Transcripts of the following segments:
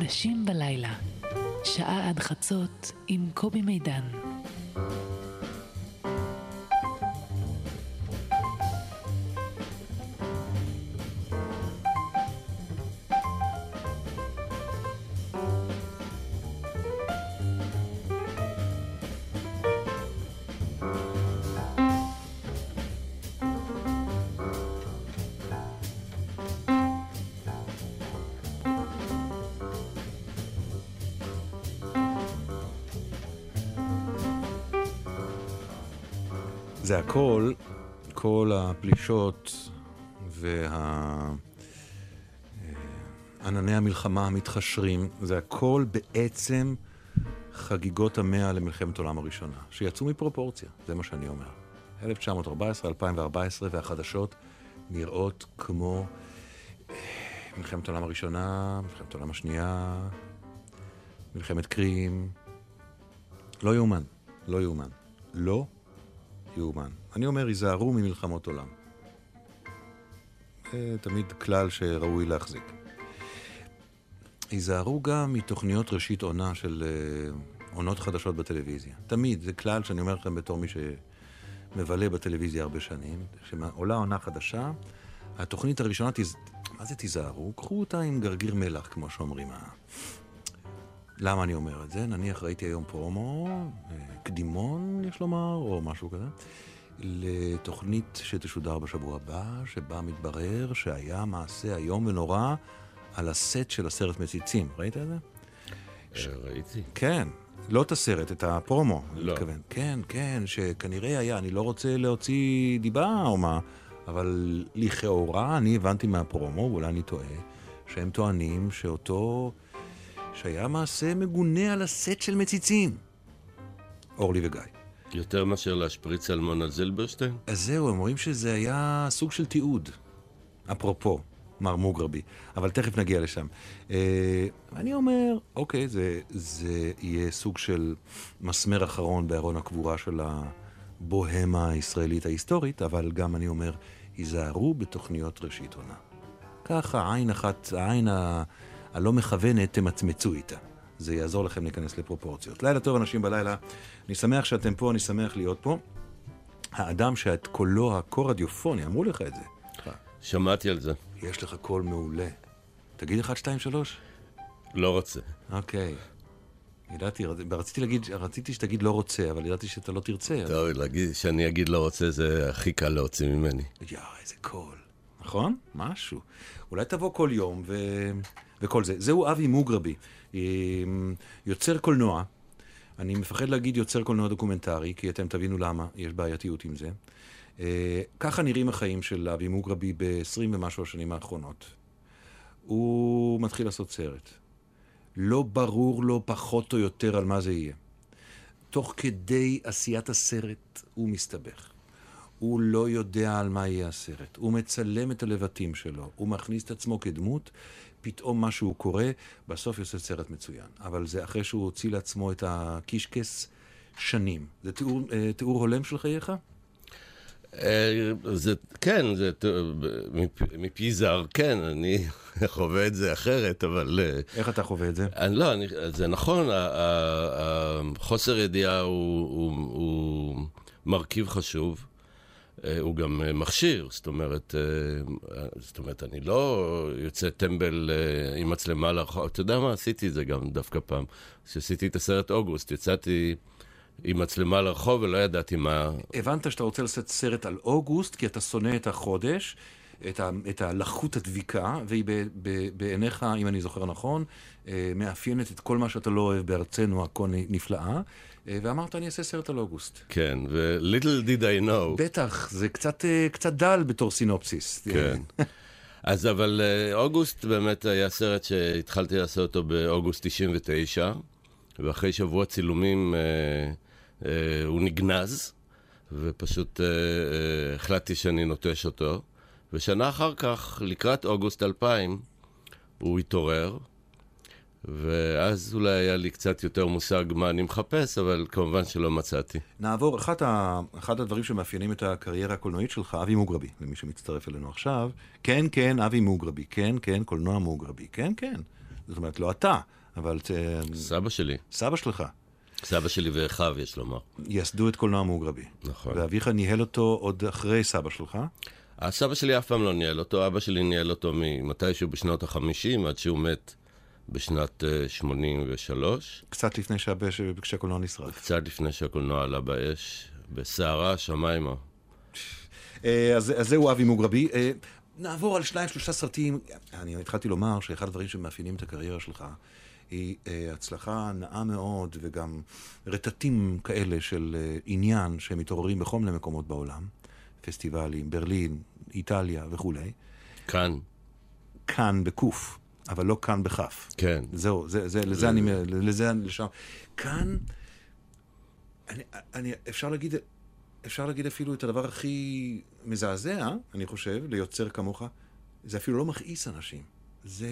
חדשים בלילה, שעה עד חצות עם קובי מידן. זה הכל, כל הפלישות וענני המלחמה המתחשרים, זה הכל בעצם חגיגות 100 למלחמת העולם הראשונה, שיצאו מפרופורציה, זה מה שאני אומר. 1914, 2014, והחדשות נראות כמו מלחמת העולם הראשונה, מלחמת העולם השנייה, מלחמת קרים. לא יאומן, לא יאומן. לא יאומן. אני אומר, היזהרו ממלחמות עולם. תמיד כלל שראוי להחזיק. היזהרו גם מתוכניות ראשית עונה של עונות חדשות בטלוויזיה. תמיד, זה כלל שאני אומר לכם בתור מי שמבלה בטלוויזיה הרבה שנים, שעולה עונה חדשה, התוכנית הראשונה, מה זה תיזהרו? קחו אותה עם גרגיר מלח, כמו שאומרים. למה אני אומר את זה? נניח ראיתי היום פרומו, קדימון, יש לומר, או משהו כזה, לתוכנית שתשודר בשבוע הבא, שבה מתברר שהיה מעשה היום ונורא על הסט של הסרט מציצים. ראית את זה? ראיתי. כן, לא את הסרט, את הפרומו. לא. מתכוון. כן, כן, שכנראה היה, אני לא רוצה להוציא דיבה או מה, אבל לכאורה אני הבנתי מהפרומו, ואולי אני טועה, שהם טוענים שאותו שהיה מעשה מגונה על הסט של מציצים. אורלי וגיא. יותר מאשר להשפריץ אלמון על זילברשטיין? אז זהו, הם אומרים שזה היה סוג של תיעוד. אפרופו, מר מוגרבי. אבל תכף נגיע לשם. אני אומר, אוקיי, זה יהיה סוג של מסמר אחרון בארון הקבורה של הבוהמה הישראלית ההיסטורית, אבל גם אני אומר, היזהרו בתוכניות ראשית עונה. ככה, עין אחת, העין הלא מכוונת, תמצמצו איתה. זה יעזור לכם להיכנס לפרופורציות. לילה טוב, אנשים בלילה. אני שמח שאתם פה, אני שמח להיות פה. האדם שאת קולו הקו-רדיופוני, אמרו לך את זה. שמעתי על זה. יש לך קול מעולה. תגיד 1, 2, 3. לא רוצה. אוקיי. ידעתי, רציתי שתגיד לא רוצה, אבל ידעתי שאתה לא תרצה. טוב, שאני אגיד לא רוצה, זה הכי קל להוציא ממני. איזה קול. נכון? משהו. אולי תבוא כל יום וכל זה. זהו אבי מוגרבי. יוצר קולנוע. אני מפחד להגיד יוצר קולנוע דוקומנטרי, כי אתם תבינו למה, יש בעייתיות עם זה. ככה נראים החיים של אבי מוגרבי ב-20 ומשהו השנים האחרונות. הוא מתחיל לעשות סרט. לא ברור לו פחות או יותר על מה זה יהיה. תוך כדי עשיית הסרט הוא מסתבך. הוא לא יודע על מה יהיה הסרט. הוא מצלם את הלבטים שלו. הוא מכניס את עצמו כדמות. פתאום משהו קורה, בסוף יוצא סרט מצוין. אבל זה אחרי שהוא הוציא לעצמו את הקישקס שנים. זה תיאור הולם של חייך? כן, זה מפי זר, כן, אני חווה את זה אחרת, אבל... איך אתה חווה את זה? לא, זה נכון, החוסר ידיעה הוא מרכיב חשוב, הוא גם מכשיר, זאת אומרת, אני לא יוצא טמבל עם מצלמה לרחוב, אתה יודע מה, עשיתי את זה גם דווקא פעם, כשעשיתי את הסרט אוגוסט, יצאתי עם מצלמה לרחוב ולא ידעתי מה... הבנת שאתה רוצה לעשות סרט על אוגוסט, כי אתה שונא את החודש, את הלחות הדביקה, והיא בעיניך, אם אני זוכר נכון, מאפיינת את כל מה שאתה לא אוהב בארצנו הכל נפלאה, ואמרת, אני אעשה סרט על אוגוסט. כן, ו-little did I know. בטח, זה קצת דל בתור סינופסיס. כן. אז אבל אוגוסט באמת היה סרט שהתחלתי לעשות אותו באוגוסט 99, ואחרי שבוע צילומים הוא נגנז, ופשוט החלטתי שאני נוטש אותו. ושנה אחר כך, לקראת אוגוסט 2000, הוא התעורר, ואז אולי היה לי קצת יותר מושג מה אני מחפש, אבל כמובן שלא מצאתי. נעבור, אחד הדברים שמאפיינים את הקריירה הקולנועית שלך, אבי מוגרבי, למי שמצטרף אלינו עכשיו, כן, אבי מוגרבי, כן, קולנוע מוגרבי, כן, זאת אומרת, לא אתה, אבל... סבא שלי. סבא שלך. סבא שלי ואחיו, יש לומר. יסדו את קולנוע מוגרבי. נכון. ואביך ניהל אותו עוד אחרי סבא שלך. הסבא שלי אף פעם לא ניהל אותו, אבא שלי ניהל אותו ממתישהו בשנות ה-50, עד שהוא מת בשנת 83. קצת לפני שהקולנוע נשרף. קצת לפני שהקולנוע עלה באש, בסערה, שמיימה. אז זהו אבי מוגרבי. נעבור על 2-3 סרטים. אני התחלתי לומר שאחד הדברים שמאפיינים את הקריירה שלך היא הצלחה נאה מאוד, וגם רטטים כאלה של עניין שמתעוררים בכל מיני מקומות בעולם. פסטיבלים, ברלין, איטליה וכו'. כאן. כאן בקוף, אבל לא כאן בכף. כן. זהו, לזה אני לשם. כאן, אפשר להגיד אפילו את הדבר הכי מזעזע, אני חושב, ליוצר כמוך, זה אפילו לא מכעיס אנשים. זה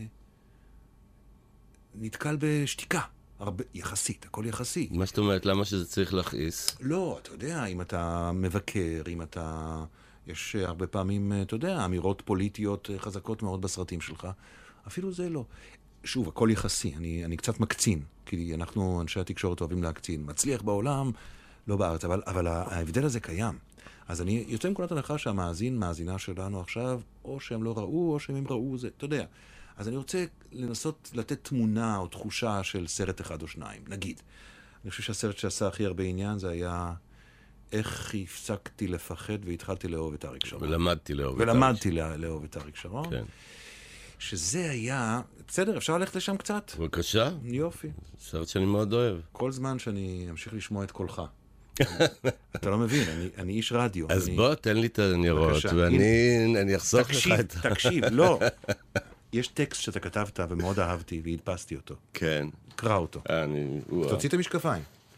נתקל בשתיקה. יחסית, הכל יחסי. מה זאת אומרת? למה שזה צריך להכעיס? לא, אתה יודע, אם אתה מבקר, יש הרבה פעמים, אתה יודע, אמירות פוליטיות חזקות מאוד בסרטים שלך. אפילו זה לא. שוב, הכל יחסי. אני קצת מקצין, כי אנחנו, אנשי התקשורת, אוהבים להקצין. מצליח בעולם, לא בארץ, אבל ההבדל הזה קיים. אז אני יוצא עם כל הנחה מאזינה שלנו עכשיו, או שהם לא ראו, או שהם ראו, זה, אתה יודע. אז אני רוצה לנסות לתת תמונה או תחושה של סרט אחד או שניים. נגיד, אני חושב שהסרט שעשה הכי הרבה עניין זה היה איך הפסקתי לפחד והתחלתי לאהוב את אריק שרון. ולמדתי לאהוב את אריק שרון. כן. שזה היה... בסדר, אפשר ללכת לשם קצת? בבקשה. יופי. סרט שאני מאוד אוהב. כל זמן שאני אמשיך לשמוע את קולך. אתה לא מבין, אני איש רדיו. אז בוא, תן לי את הניירות, ואני אחסוך לך את... תקשיב, לא. יש טקסט שאתה כתבת ומאוד אהבתי והדפסתי אותו. כן. קרא אותו. תוציא את המשקפיים.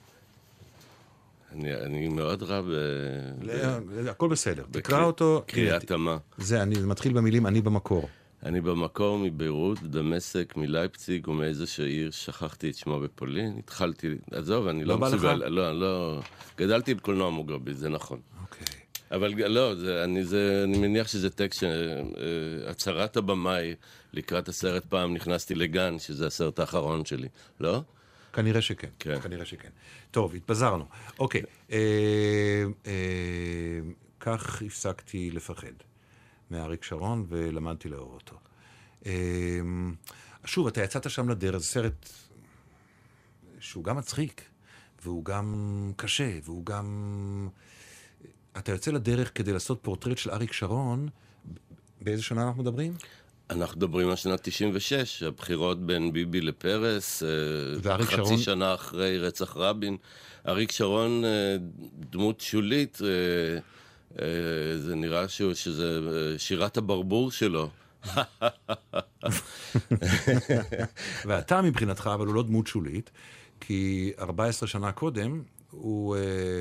אני מאוד רע הכל בסדר. תקרא אותו. קריאת תמה. זה מתחיל במילים אני במקור. אני במקור מביירות, דמשק, מלייפציג ומאיזושהי עיר, שכחתי את שמו בפולין. התחלתי, עזוב, אני לא מסוגל. לא. גדלתי בקולנוע מוגרבי, זה נכון. אוקיי. אבל לא, אני מניח שזה טקסט הצהרת הבמאי לקראת הסרט פעם נכנסתי לגן, שזה הסרט האחרון שלי, לא? כנראה שכן, כן. כנראה שכן. טוב, התפזרנו. אוקיי. כך הפסקתי לפחד מאריק שרון ולמדתי לאהוב אותו. שוב, אתה יצאת שם לדרך, זה סרט שהוא גם מצחיק, והוא גם קשה, והוא גם... אתה יוצא לדרך כדי לעשות פורטרט של אריק שרון, באיזה שנה אנחנו מדברים? אנחנו מדברים על שנת 96, הבחירות בין ביבי לפרס, חצי שנה אחרי רצח רבין. אריק שרון, דמות שולית, זה נראה שזה שירת הברבור שלו. ואתה מבחינתך, אבל הוא לא דמות שולית, כי 14 שנה קודם הוא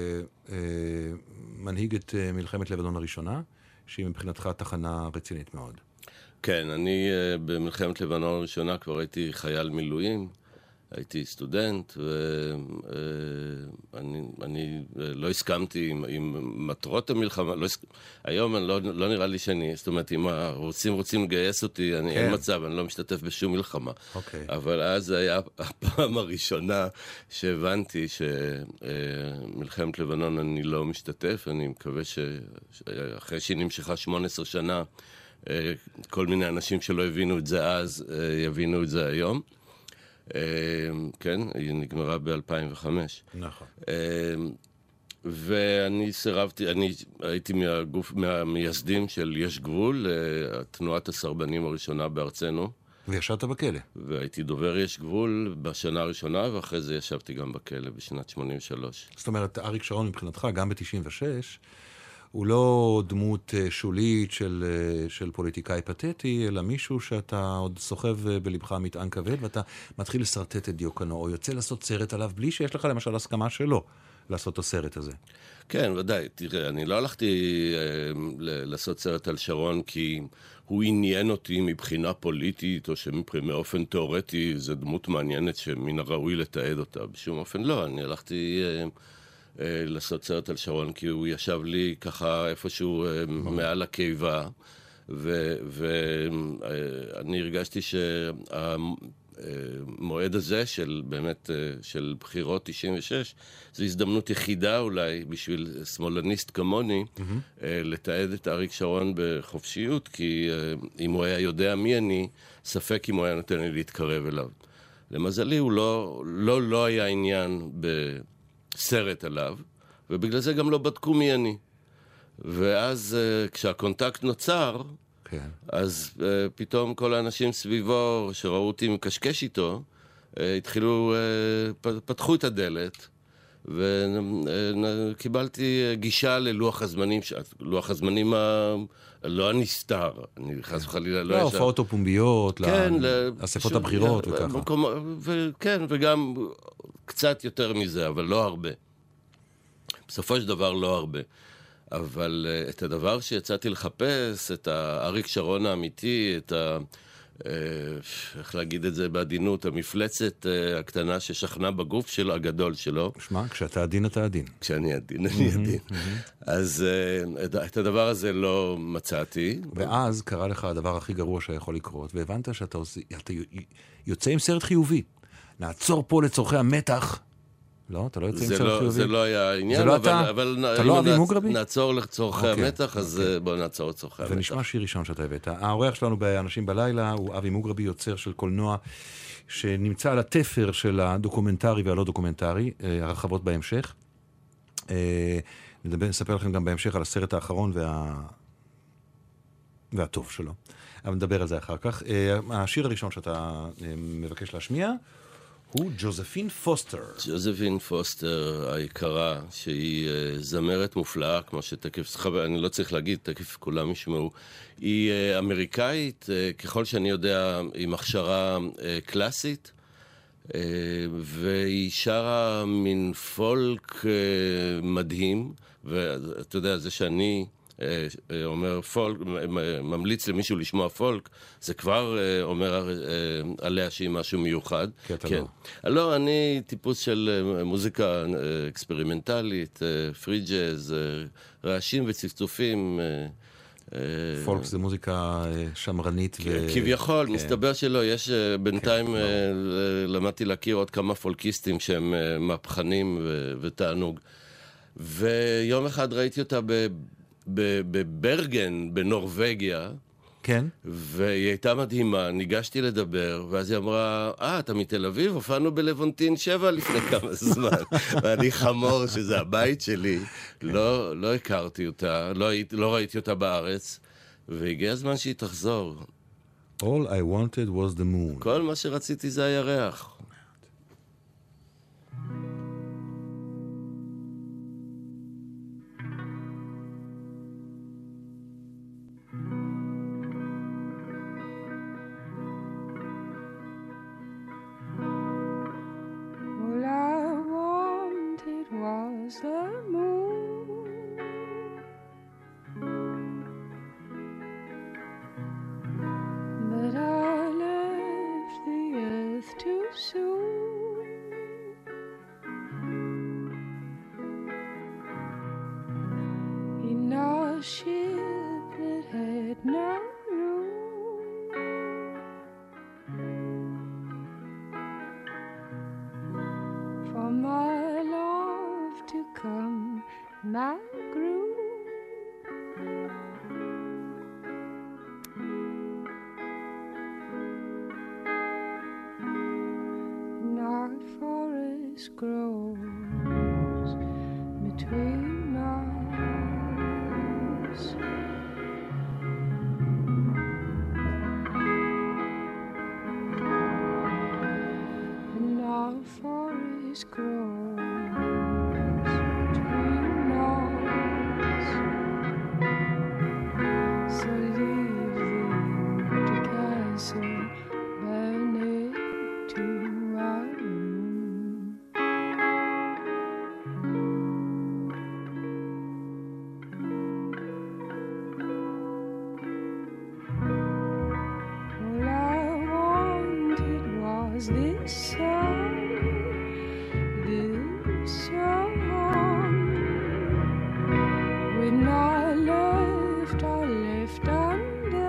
מנהיג את מלחמת לבנון הראשונה, שהיא מבחינתך תחנה רצינית מאוד. כן, אני במלחמת לבנון הראשונה כבר הייתי חייל מילואים, הייתי סטודנט, ואני לא הסכמתי עם מטרות המלחמה. היום לא נראה לי זאת אומרת, אם רוצים לגייס אותי, אין מצב, אני לא משתתף בשום מלחמה. אבל אז זה היה הפעם הראשונה שהבנתי שמלחמת לבנון אני לא משתתף. אני מקווה שאחרי שהיא נמשכה 18 שנה, כל מיני אנשים שלא הבינו את זה אז, יבינו את זה היום. כן, היא נגמרה ב-2005. נכון. ואני הייתי מהמייסדים של יש גבול, תנועת הסרבנים הראשונה בארצנו. וישבת בכלא. והייתי דובר יש גבול בשנה הראשונה, ואחרי זה ישבתי גם בכלא בשנת 83. זאת אומרת, אריק שרון מבחינתך, גם ב-96, הוא לא דמות שולית של פוליטיקאי פתטי, אלא מישהו שאתה עוד סוחב בלבך מטען כבד, ואתה מתחיל לסרטט את דיוקנו, או יוצא לעשות סרט עליו, בלי שיש לך למשל הסכמה שלו לעשות את הסרט הזה. כן, ודאי. תראה, אני לא הלכתי לעשות סרט על שרון, כי הוא עניין אותי מבחינה פוליטית, או שמאופן תיאורטי, זו דמות מעניינת שמן הראוי לתעד אותה. בשום אופן לא, אני הלכתי... לעשות סרט על שרון, כי הוא ישב לי ככה איפשהו מעל הקיבה, ואני הרגשתי שהמועד הזה של באמת, של בחירות 96, זו הזדמנות יחידה אולי בשביל שמאלניסט כמוני, לתעד את אריק שרון בחופשיות, כי אם הוא היה יודע מי אני, ספק אם הוא היה נותן לי להתקרב אליו. למזלי הוא לא היה עניין בסרט עליו, ובגלל זה גם לא בדקו מי אני. ואז כשהקונטקט נוצר, כן. אז פתאום כל האנשים סביבו שראו אותי מקשקש איתו, פתחו את הדלת, וקיבלתי גישה ללוח הזמנים, לוח הזמנים לא הנסתר, אני חס וחלילה לא ישר. להופעות הפומביות, לאספות הבחירות וככה. כן, וגם קצת יותר מזה, אבל לא הרבה. בסופו של דבר לא הרבה. אבל את הדבר שיצאתי לחפש, את האריק שרון האמיתי, את איך להגיד את זה בעדינות, המפלצת הקטנה ששכנה בגוף שלו, הגדול שלו. שמע, כשאתה עדין, אתה עדין. כשאני עדין, אני עדין. אז את הדבר הזה לא מצאתי. ואז קרה לך הדבר הכי גרוע שיכול לקרות, והבנת שאתה יוצא עם סרט חיובי. נעצור פה לצורכי המתח. לא, אתה לא יוצא עם סרט חיובי. זה לא היה העניין, אבל אתה לא אבי מוגרבי? נעצור לצורכי המתח, אז בואו נעצור לצורכי המתח. ונשמע שיר ראשון שאתה הבאת. האורח שלנו באנשים בלילה הוא אבי מוגרבי, יוצר של קולנוע, שנמצא על התפר של הדוקומנטרי והלא דוקומנטרי, הרחבות בהמשך. נספר לכם גם בהמשך על הסרט האחרון והטוב שלו. אבל נדבר על זה אחר כך. השיר הראשון שאתה מבקש להשמיע, הוא ג'וזפין פוסטר. ג'וזפין פוסטר היקרה, שהיא זמרת מופלאה, כמו שתקף, אני לא צריך להגיד, תקף כולם ישמעו. היא אמריקאית, ככל שאני יודע, עם הכשרה קלאסית, והיא שרה מין פולק מדהים, ואתה יודע, זה שאני אומר פולק, ממליץ למישהו לשמוע פולק, זה כבר אומר עליה שהיא משהו מיוחד. כי אתה לא. לא, אני טיפוס של מוזיקה אקספרימנטלית, פרי ג'אז, רעשים וצפצופים. פולק זה מוזיקה שמרנית. כביכול, מסתבר שלא, יש בינתיים, למדתי להכיר עוד כמה פולקיסטים שהם מהפכנים ותענוג. ויום אחד ראיתי אותה בברגן, בנורווגיה. כן. והיא הייתה מדהימה, ניגשתי לדבר, ואז היא אמרה, אתה מתל אביב? הופענו בלוונטין 7 לפני כמה זמן. ואני חמור שזה הבית שלי, לא הכרתי אותה, לא ראיתי אותה בארץ, והגיע הזמן שהיא תחזור. All I wanted was the moon. כל מה שרציתי זה הירח. I left under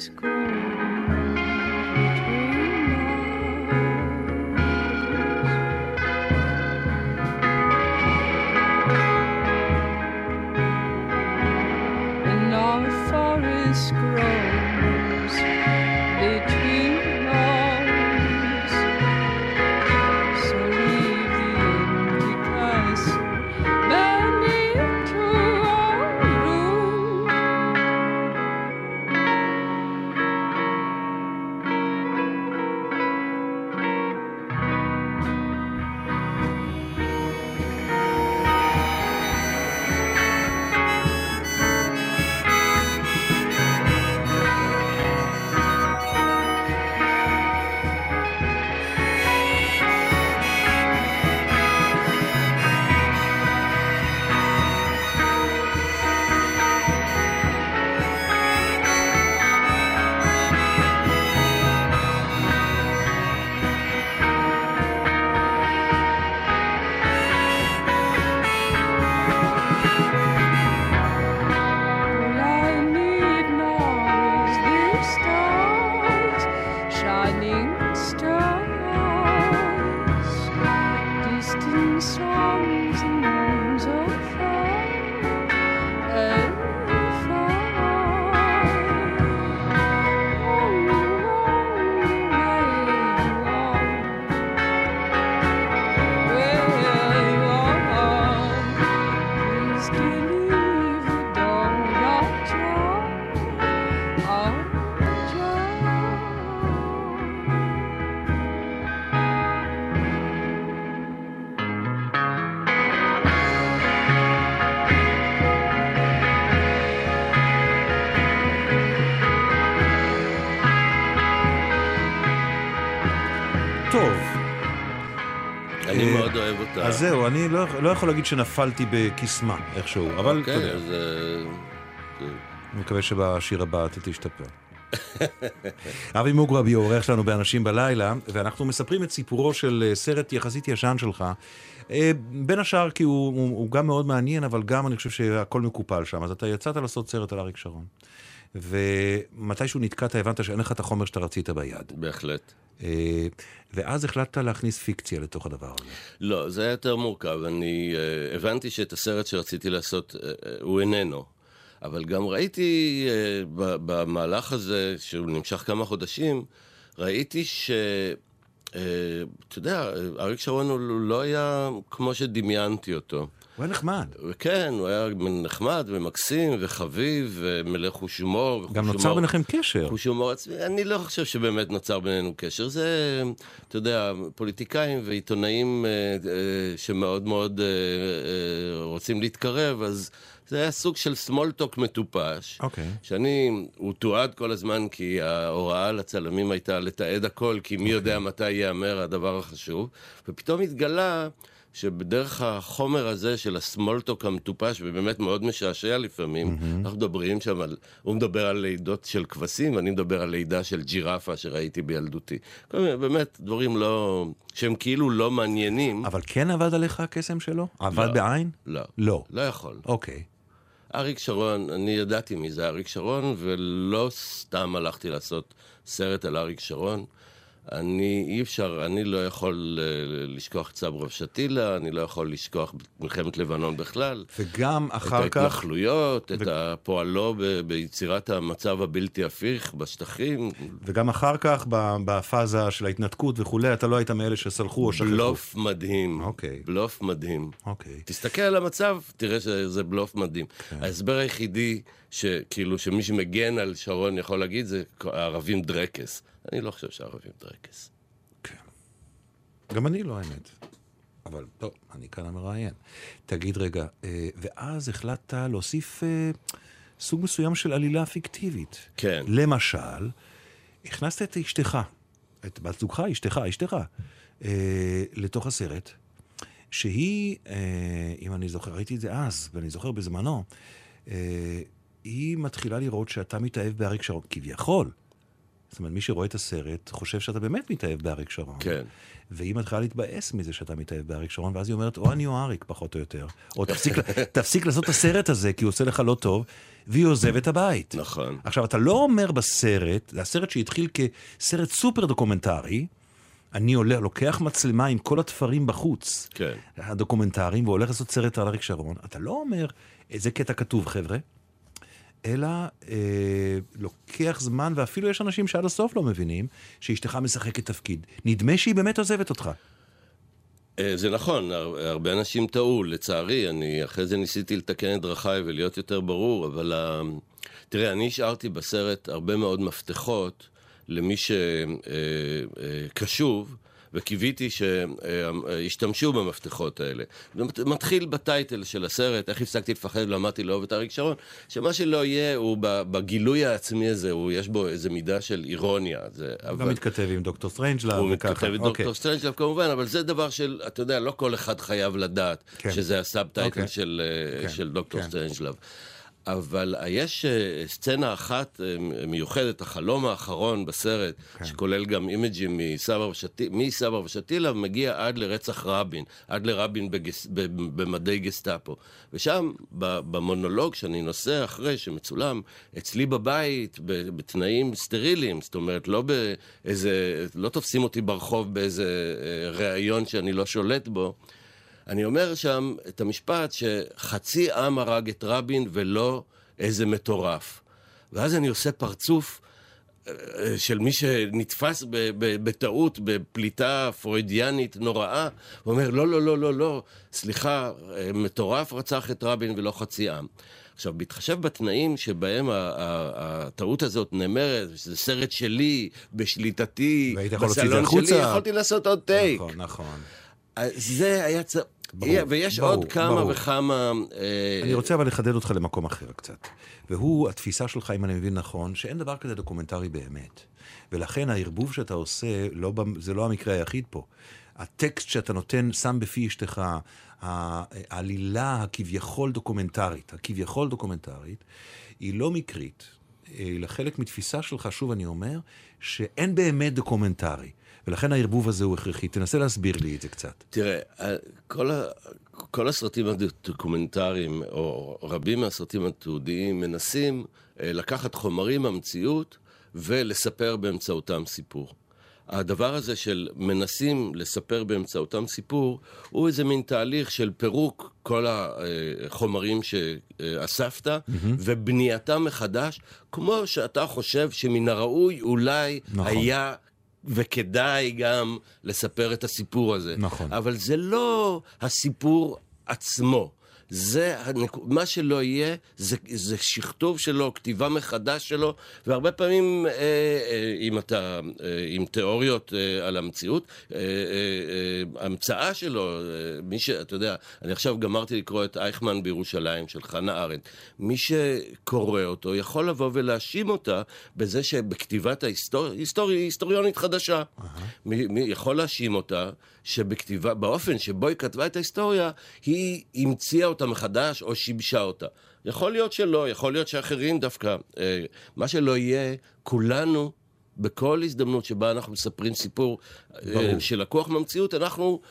אני מאוד אוהב אותה. אז זהו, אני לא יכול להגיד שנפלתי בקסמה איכשהו, אבל... אוקיי, אז... אני מקווה שבשיר הבא אתה תשתפר. אבי מוגרבי הוא עורך שלנו באנשים בלילה, ואנחנו מספרים את סיפורו של סרט יחסית ישן שלך, בין השאר כי הוא גם מאוד מעניין, אבל גם אני חושב שהכל מקופל שם. אז אתה יצאת לעשות סרט על אריק שרון, ומתישהו נתקעת הבנת שאין לך את החומר שאתה רצית ביד. בהחלט. ואז החלטת להכניס פיקציה לתוך הדבר הזה. לא, זה היה יותר מורכב. אני הבנתי שאת הסרט שרציתי לעשות הוא איננו. אבל גם ראיתי במהלך הזה, שהוא נמשך כמה חודשים, ראיתי אתה יודע, אריק שרון הוא לא היה כמו שדמיינתי אותו. הוא היה נחמד. כן, הוא היה נחמד ומקסים וחביב ומלא חוש הומור. גם נוצר ביניכם קשר. חוש הומור עצמי. אני לא חושב שבאמת נוצר בינינו קשר. זה, אתה יודע, פוליטיקאים ועיתונאים שמאוד מאוד רוצים להתקרב, אז זה היה סוג של סמולטוק מטופש. הוא תועד כל הזמן כי ההוראה לצלמים הייתה לתעד הכל, כי מי יודע מתי יאמר הדבר החשוב. ופתאום התגלה שבדרך החומר הזה של הסמולטוק המטופש, ובאמת מאוד משעשע לפעמים, אנחנו מדברים שם הוא מדבר על לידות של כבשים, ואני מדבר על לידה של ג'ירפה שראיתי בילדותי. באמת דברים שהם כאילו לא מעניינים. אבל כן עבד עליך הקסם שלו? עבד בעין? לא. לא. לא יכול. אוקיי. אריק שרון, אני ידעתי מי זה אריק שרון, ולא סתם הלכתי לעשות סרט על אריק שרון. אני לא יכול לשכוח את סברוב שתילה, אני לא יכול לשכוח מלחמת לבנון בכלל. וגם אחר את ההתנחלויות, את הפועלו ביצירת המצב הבלתי הפיך בשטחים. וגם אחר כך, בפאזה של ההתנתקות וכולי, אתה לא היית מאלה שסלחו או שכחו. בלוף מדהים. אוקיי. בלוף מדהים. אוקיי. תסתכל על המצב, תראה שזה בלוף מדהים. ההסבר היחידי שכאילו שמי שמגן על שרון יכול להגיד זה הערבים דרקס. אני לא חושב שהערבים דרקס. כן. גם אני לא האמת. אבל טוב, אני כאן המראיין. תגיד רגע, ואז החלטת להוסיף סוג מסוים של עלילה פיקטיבית. כן. למשל, הכנסת את אשתך, את בת זוגך, אשתך, לתוך הסרט, שהיא, אם אני זוכר, ראיתי את זה אז, ואני זוכר בזמנו, היא מתחילה לראות שאתה מתאהב באריק שרון, כביכול. זאת אומרת, מי שרואה את הסרט חושב שאתה באמת מתאהב באריק שרון. כן. ואם את יכולה להתבאס מזה שאתה מתאהב באריק שרון, ואז היא אומרת, או אני או אריק, פחות או יותר. או תפסיק לעשות את הסרט הזה, כי הוא עושה לך לא טוב, והיא עוזבת הבית. נכון. עכשיו, אתה לא אומר בסרט, זה הסרט שהתחיל כסרט סופר דוקומנטרי, אני לוקח מצלמה עם כל התפרים בחוץ, כן. הדוקומנטריים, והולך לעשות סרט על אריק שרון. אתה לא אומר, איזה קטע כתוב, חבר'ה, אלא לוקח זמן, ואפילו יש אנשים שעד הסוף לא מבינים, שאשתך משחקת תפקיד. נדמה שהיא באמת עוזבת אותך. זה נכון, הרבה אנשים טעו, לצערי, אני אחרי זה ניסיתי לתקן את דרכיי ולהיות יותר ברור, אבל תראה, אני השארתי בסרט הרבה מאוד מפתחות למי שקשוב, וקיוויתי שישתמשו במפתחות האלה. זה מתחיל בטייטל של הסרט, איך הפסקתי לפחד ולמדתי לאהוב את אריק שרון, שמה שלא יהיה, הוא בגילוי העצמי הזה, יש בו איזו מידה של אירוניה. הוא גם מתכתב עם דוקטור סטרנג'לב. הוא מתכתב עם דוקטור סטרנג'לב כמובן, אבל זה דבר של, אתה יודע, לא כל אחד חייב לדעת, שזה הסאבטייטל של דוקטור סטרנג'לב. אבל יש סצנה אחת מיוחדת, החלום האחרון בסרט, שכולל גם אימג'ים מסבא ושתילה, מגיע עד לרצח רבין, עד לרבין במדי גסטאפו. ושם, במונולוג שאני נוסע אחרי, שמצולם אצלי בבית, בתנאים סטריליים, זאת אומרת, לא תופסים אותי ברחוב באיזה ראיון שאני לא שולט בו, אני אומר שם את המשפט שחצי עם הרג את רבין ולא איזה מטורף. ואז אני עושה פרצוף של מי שנתפס בטעות, בפליטה פרוידיאנית נוראה, ואומר, לא, לא, לא, לא, לא, סליחה, מטורף רצח את רבין ולא חצי עם. עכשיו, בהתחשב בתנאים שבהם הטעות הזאת נאמרת, שזה סרט שלי, בשליטתי, בסלון שלי, יכולתי לעשות עוד טייק. נכון, נכון. זה היה ויש עוד כמה וכמה... אני רוצה אבל לחדד אותך למקום אחר קצת. והוא התפיסה שלך, אם אני מבין נכון, שאין דבר כזה דוקומנטרי באמת. ולכן הערבוב שאתה עושה, זה לא המקרה היחיד פה. הטקסט שאתה נותן, שם בפי אשתך, העלילה הכביכול דוקומנטרית, היא לא מקרית. אלא חלק מתפיסה שלך, שוב אני אומר, שאין באמת דוקומנטרי. ולכן הערבוב הזה הוא הכרחי. תנסה להסביר לי את זה קצת. תראה, כל הסרטים הדוקומנטריים, או רבים מהסרטים התיעודיים, מנסים לקחת חומרים מהמציאות ולספר באמצעותם סיפור. הדבר הזה של מנסים לספר באמצעותם סיפור, הוא איזה מין תהליך של פירוק כל החומרים שאספת, ובנייתם מחדש, כמו שאתה חושב שמן הראוי אולי היה וכדאי גם לספר את הסיפור הזה. נכון. אבל זה לא הסיפור עצמו. מה שלא יהיה, זה שכתוב שלו, כתיבה מחדש שלו, והרבה פעמים, עם תיאוריות על המציאות, המצאה שלו, אתה יודע, אני עכשיו גמרתי לקרוא את אייכמן בירושלים של חנה ארנדט, מי שקורא אותו יכול לבוא ולהאשים אותה בזה שבכתיבת היסטוריונית חדשה. מי יכול להאשים אותה שבכתיבה, באופן שבו היא כתבה את ההיסטוריה, היא המציאה אותה מחדש או שיבשה אותה. יכול להיות שלא, יכול להיות שאחרים דווקא. מה שלא יהיה, כולנו, בכל הזדמנות שבה אנחנו מספרים סיפור שלקוח מהמציאות, אנחנו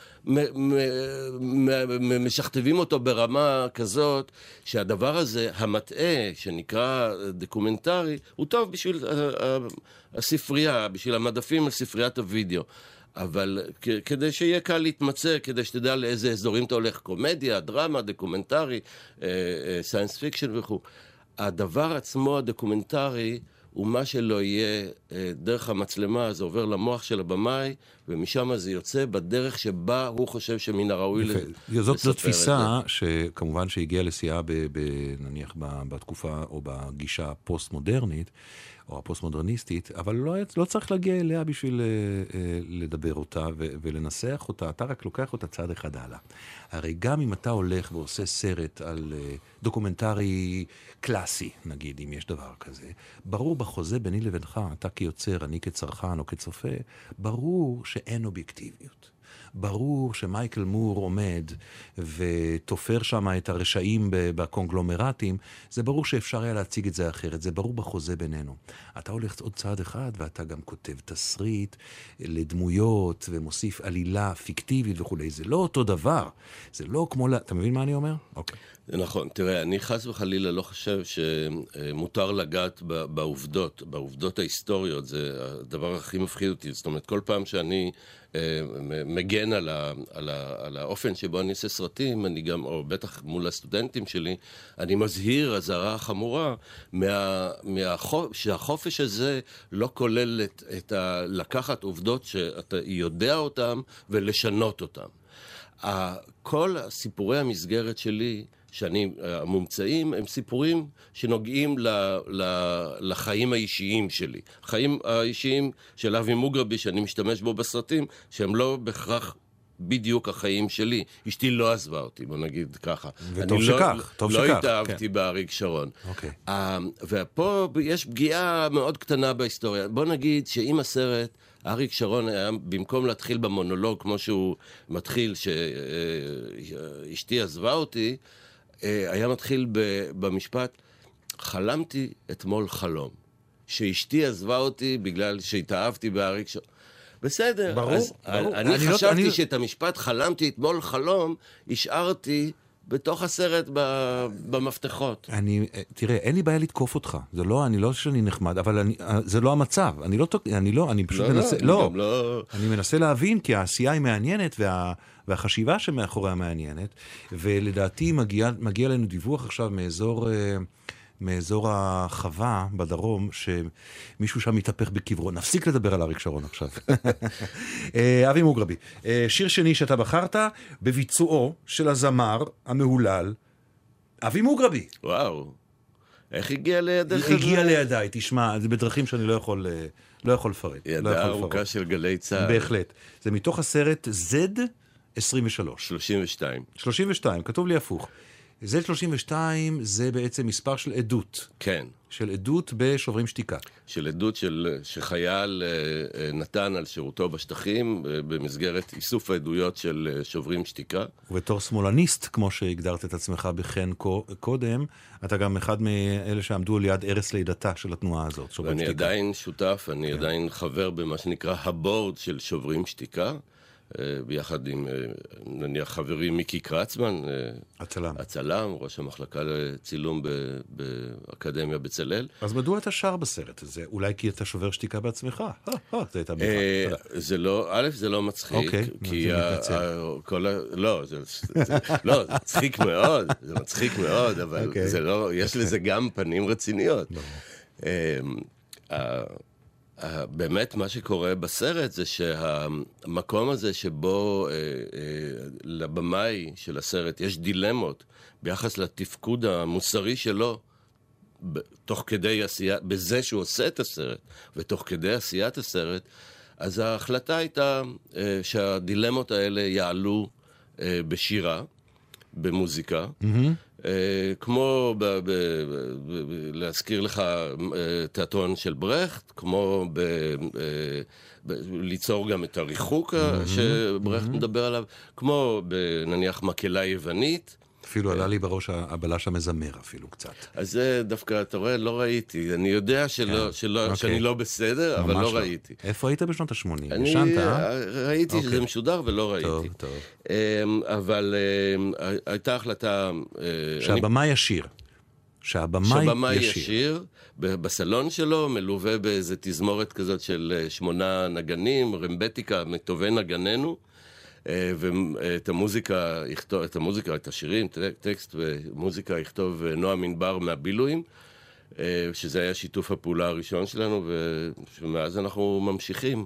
משכתבים אותו ברמה כזאת, שהדבר הזה, המטעה, שנקרא דוקומנטרי, הוא טוב בשביל הספרייה, בשביל המדפים על ספריית הוידאו. אבל כדי שיהיה קל להתמצא, כדי שתדע לאיזה אזורים אתה הולך, קומדיה, דרמה, דוקומנטרי, סיינס פיקשן וכו'. הדבר עצמו הדוקומנטרי הוא מה שלא יהיה דרך המצלמה, זה עובר למוח של הבמאי, ומשם זה יוצא בדרך שבה הוא חושב שמן הראוי לספר את זה. זאת תפיסה שכמובן שהגיעה לשיאה נניח בתקופה או בגישה הפוסט-מודרנית, או הפוסט-מודרניסטית, אבל לא צריך להגיע אליה בשביל לדבר אותה ולנסח אותה, אתה רק לוקח אותה צעד אחד הלאה. הרי גם אם אתה הולך ועושה סרט על דוקומנטרי קלאסי, נגיד, אם יש דבר כזה, ברור בחוזה ביני לבינך, אתה כיוצר, אני כצרכן או כצופה, ברור שאין אובייקטיביות. ברור שמייקל מור עומד ותופר שם את הרשעים בקונגלומרטים, זה ברור שאפשר היה להציג את זה אחרת, זה ברור בחוזה בינינו. אתה הולך עוד צעד אחד ואתה גם כותב תסריט לדמויות ומוסיף עלילה פיקטיבית וכו'. זה לא אותו דבר, זה לא כמו... אתה מבין מה אני אומר? אוקיי. זה נכון. תראה, אני חס וחלילה לא חושב שמותר לגעת בעובדות ההיסטוריות, זה הדבר הכי מפחיד אותי. זאת אומרת, כל פעם שאני מגן על האופן שבו אני עושה סרטים, אני גם, או בטח מול הסטודנטים שלי, אני מזהיר אזהרה חמורה שהחופש הזה לא כולל לקחת עובדות שאתה יודע אותן ולשנות אותן. כל סיפורי המסגרת שלי, המומצאים, הם סיפורים שנוגעים לחיים האישיים שלי. החיים האישיים של אבי מוגרבי, שאני משתמש בו בסרטים, שהם לא בהכרח בדיוק החיים שלי. אשתי לא עזבה אותי, בוא נגיד ככה. וטוב שכך, טוב שכך. לא התאהבתי באריק שרון. אוקיי. ופה יש פגיעה מאוד קטנה בהיסטוריה. בוא נגיד שאם הסרט... אריק שרון היה, במקום להתחיל במונולוג כמו שהוא מתחיל, שאשתי עזבה אותי, היה מתחיל במשפט, חלמתי אתמול חלום. שאשתי עזבה אותי בגלל שהתאהבתי באריק שרון. בסדר. ברור, אז ברור. אני חשבתי שאת המשפט חלמתי אתמול חלום, השארתי בתוך הסרט במפתחות. תראה, אין לי בעיה לתקוף אותך. זה לא, אני לא שאני נחמד, אבל זה לא המצב. אני פשוט מנסה, אני מנסה להבין, כי העשייה היא מעניינת, והחשיבה שמאחוריה מעניינת, ולדעתי מגיע לנו דיווח עכשיו מאזור החווה בדרום, שמישהו שם מתהפך בקברו. נפסיק לדבר על אריק שרון עכשיו. אבי מוגרבי, שיר שני שאתה בחרת, בביצועו של הזמר המהולל, אבי מוגרבי. וואו, איך הגיע לידך? הגיע לידיי, תשמע, זה בדרכים שאני לא יכול לפרט. ידה ארוכה של גלי צהל. בהחלט. זה מתוך הסרט Z23. 32, כתוב לי הפוך. Z32 זה בעצם מספר של עדות. כן. של עדות בשוברים שתיקה. של עדות שחייל נתן על שירותו בשטחים במסגרת איסוף העדויות של שוברים שתיקה. ובתור שמאלניסט, כמו שהגדרת את עצמך בכן קודם, אתה גם אחד מאלה שעמדו ליד ערש לידתה של התנועה הזאת. ואני עדיין שותף, אני עדיין חבר במה שנקרא הבורד של שוברים שתיקה. ביחד עם, נניח, חברי מיקי קרצמן, הצלם, ראש המחלקה לצילום באקדמיה בצלאל. אז מדוע אתה שר בסרט הזה? אולי כי אתה שובר שתיקה בעצמך? זה לא, א', זה לא מצחיק, כי לא, זה מצחיק מאוד, זה מצחיק מאוד, אבל יש לזה גם פנים רציניות. באמת מה שקורה בסרט זה שהמקום הזה שבו לבמאי של הסרט יש דילמות ביחס לתפקוד המוסרי שלו תוך כדי עשייה, בזה שהוא עושה את הסרט ותוך כדי עשיית הסרט, אז ההחלטה הייתה שהדילמות האלה יעלו בשירה, במוזיקה, כמו להזכיר לך תיאטרון של ברכט, כמו ליצור גם את הריחוק שברכט מדבר עליו, כמו נניח מקהלה יוונית. אפילו עלה לי בראש הבלש המזמר אפילו קצת. אז זה דווקא, אתה רואה, לא ראיתי. אני יודע שאני לא בסדר, אבל לא ראיתי. איפה היית בשנות ה-80? אני ראיתי שזה משודר ולא ראיתי. טוב. אבל הייתה החלטה... שהבמה ישיר. שהבמה ישיר, בסלון שלו, מלווה באיזו תזמורת כזאת של 8 נגנים, רמבטיקה, מטובי נגננו, ואת המוזיקה, את השירים, טקסט ומוזיקה יכתוב נועם ענבר מהבילויים, שזה היה שיתוף הפעולה הראשון שלנו, ומאז אנחנו ממשיכים.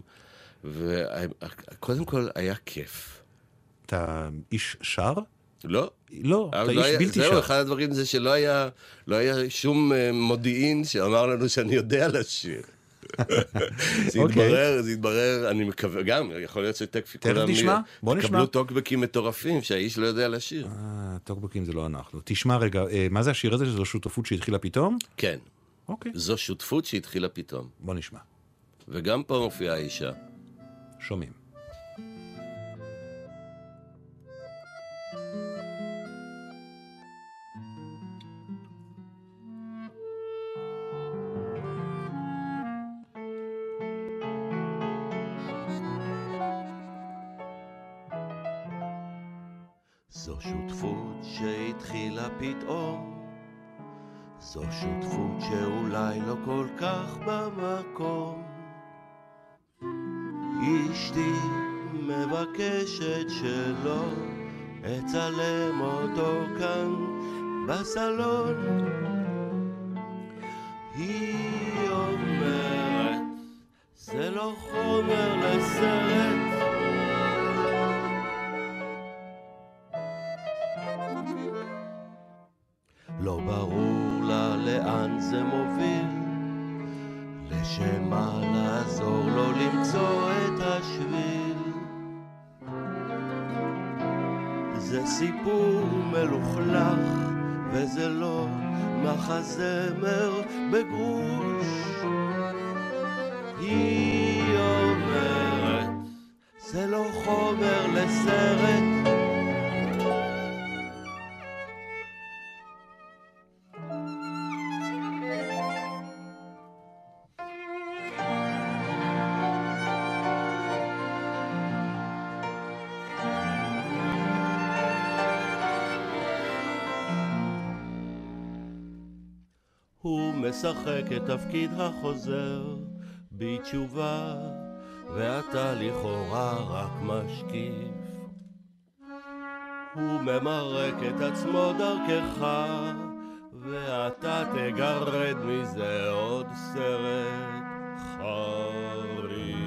וקודם כל היה כיף. אתה איש שר? לא. לא, אתה איש בלתי שר. זהו, אחד הדברים זה שלא היה שום מודיעין שאמר לנו שאני יודע לשיר. זה יתברר, אני מקווה, גם, יכול להיות שתכף תקבלו טוקבקים מטורפים שהאיש לא יודע לשיר. טוקבקים זה לא אנחנו. תשמע רגע, מה זה השיר הזה? זו שותפות שהתחילה פתאום? כן. זו שותפות שהתחילה פתאום. בוא נשמע. וגם פה מופיעה האישה. שומעים. זו שותפות שהתחילה פתאום, זו שותפות שאולי לא כל כך במקום. אשתי מבקשת שלא אצלם אותו כאן בסלון. היא אומרת זה לא חומר לסרט, לא ברור לה לאן זה מוביל, לשם מה לעזור לו למצוא את השביל. זה סיפור מלוכלך וזה לא מחזמר בגרוש. היא אומרת זה לא חומר לסרט, הוא משחק את תפקיד החוזר בתשובה, ואתה לכאורה רק משקיף. הוא ממרק את עצמו דרכך, ואתה תגרד מזה עוד סרט חריף.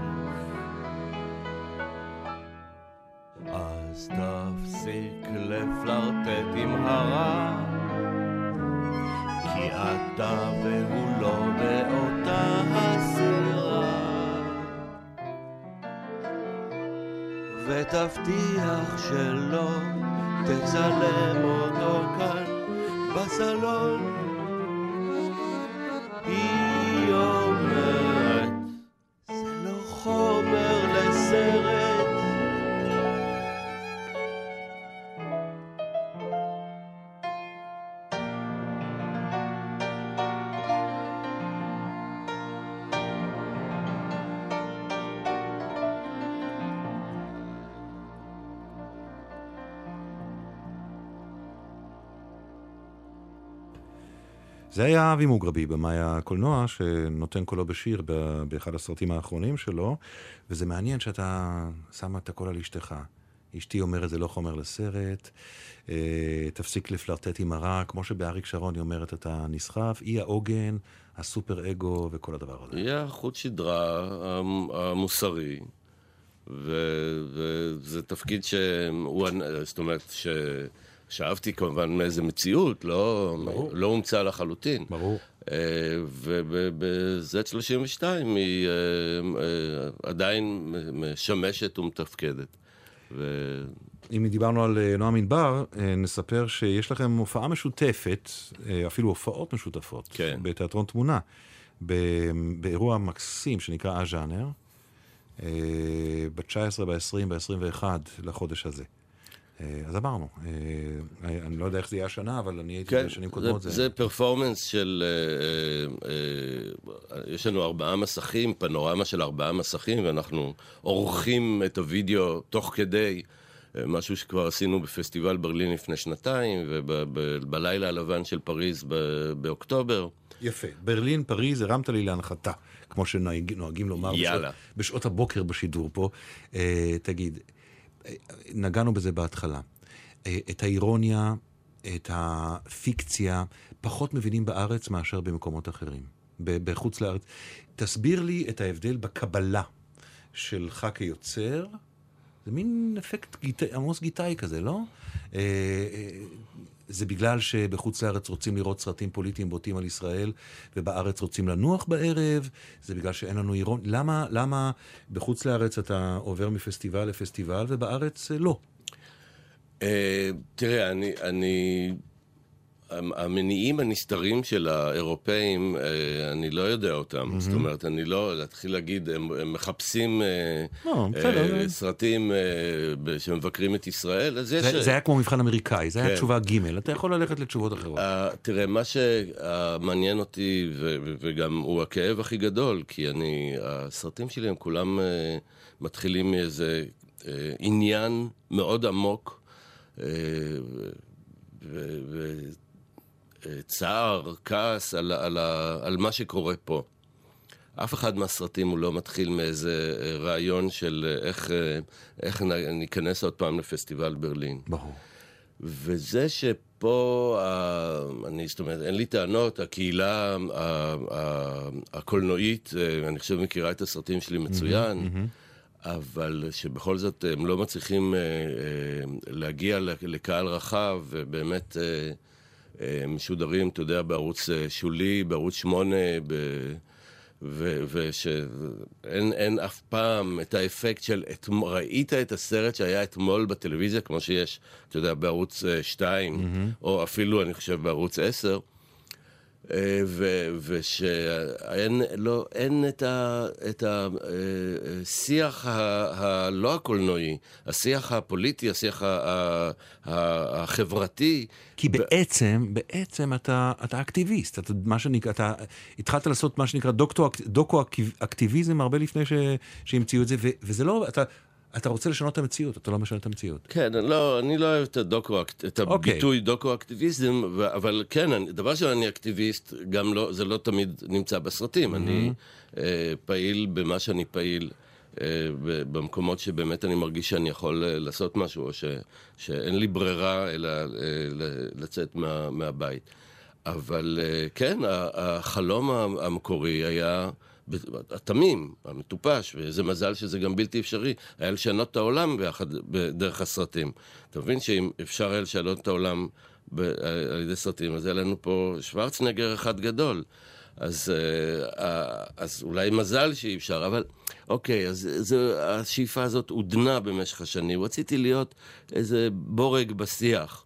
אז תפסיק לפלרטט עם הרע, כי אתה והוא לא באותה הסירה, ותבטיח שלא תצלם אותו כאן בסלון. היא אומרת זה לא חומר לסרט, זה היה אבי מוגרבי, במאי הקולנוע, שנותן קולו בשיר באחד הסרטים האחרונים שלו, וזה מעניין שאתה שם את הקול על אשתך. אשתי אומרת, זה לא חומר לסרט, תפסיק לפלרטט עם הרע, כמו שבאריק שרון היא אומרת, אתה נסחף, היא האוגן, הסופר אגו וכל הדבר הזה. היא החוט שדרה המוסרי, וזה תפקיד שהוא, זאת אומרת, שאהבתי כמובן מאיזה מציאות, לא הומצא לחלוטין. ברור. וב-Z32 היא עדיין משמשת ומתפקדת. אם דיברנו על נועם ענבר, נספר שיש לכם הופעה משותפת, אפילו הופעות משותפות, כן. בתיאטרון תמונה, באירוע מקסים שנקרא הז'אנר, ב-19, ב-20, ב-21 לחודש הזה. אז אמרנו, אני לא יודע איך זה יהיה השנה, אבל אני הייתי בשנים קודמות. זה פרפורמנס של, יש לנו 4 מסכים, פנורמה של 4 מסכים, ואנחנו עורכים את הוידאו תוך כדי, משהו שכבר עשינו בפסטיבל ברלין לפני 2 ובלילה הלבן של פריז באוקטובר. יפה, ברלין, פריז, הרמת לי להנחתה, כמו שנוהגים לומר בשעות הבוקר בשידור פה. תגיד, נגענו בזה בהתחלה. את האירוניה, את הפיקציה, פחות מבינים בארץ מאשר במקומות אחרים. בחוץ לארץ. תסביר לי את ההבדל בקבלה שלך כיוצר. זה מין אפקט עמוס גיטאי כזה, לא? זה בגלל שבחוץ לארץ רוצים לראות סרטים פוליטיים בוטים על ישראל, ובארץ רוצים לנוח בערב, זה בגלל שאין לנו אירון. למה בחוץ לארץ אתה עובר מפסטיבל לפסטיבל, ובארץ לא? תראה, המניעים הנסתרים של האירופאים, אני לא יודע אותם. זאת אומרת, אני לא, להתחיל להגיד, הם מחפשים סרטים שמבקרים את ישראל. זה היה כמו מבחן אמריקאי, זה היה תשובה ג', אתה יכול ללכת לתשובות אחרות. תראה, מה שמעניין אותי, וגם הוא הכאב הכי גדול, כי הסרטים שלי הם כולם מתחילים מאיזה עניין מאוד עמוק, וצער, כעס על מה שקורה פה. אף אחד מהסרטים הוא לא מתחיל מאיזה רעיון של איך ניכנס עוד פעם לפסטיבל ברלין. ברור. וזה שפה, זאת אומרת, אין לי טענות, הקהילה הקולנועית, אני חושב מכירה את הסרטים שלי מצוין, אבל שבכל זאת הם לא מצליחים להגיע לקהל רחב, ובאמת משודרים, אתה יודע, בערוץ שולי, בערוץ 8, ושאין אף פעם את האפקט של ראית את הסרט שהיה אתמול בטלוויזיה, כמו שיש, אתה יודע, בערוץ 2, או אפילו, אני חושב, בערוץ 10, ושאין את השיח הלא הקולנועי, השיח הפוליטי, השיח החברתי. כי בעצם אתה אקטיביסט, אתה התחלת לעשות מה שנקרא דוקו-אקטיביזם הרבה לפני שהמציאו את זה, וזה לא, אתה רוצה לשנות את המציאות, אתה לא משנה את המציאות. כן, אני לא אוהב את הביטוי דוקו-אקטיביזם, אבל כן, דבר שאני אקטיביסט, גם לא, זה לא תמיד נמצא בסרטים. אני פעיל במה שאני פעיל, במקומות שבאמת אני מרגיש שאני יכול לעשות משהו, או שאין לי ברירה אלא לצאת מהבית. אבל כן, החלום המקורי היה התמים, המטופש, וזה מזל שזה גם בלתי אפשרי, היה לשנות את העולם דרך הסרטים. אתה מבין שאם אפשר היה לשנות את העולם על ידי סרטים, אז היה לנו פה שוורצנגר אחד גדול. אז אולי מזל שאי אפשר, אבל אוקיי, אז השאיפה הזאת עודנה במשך השנים. רציתי להיות איזה בורג בשיח.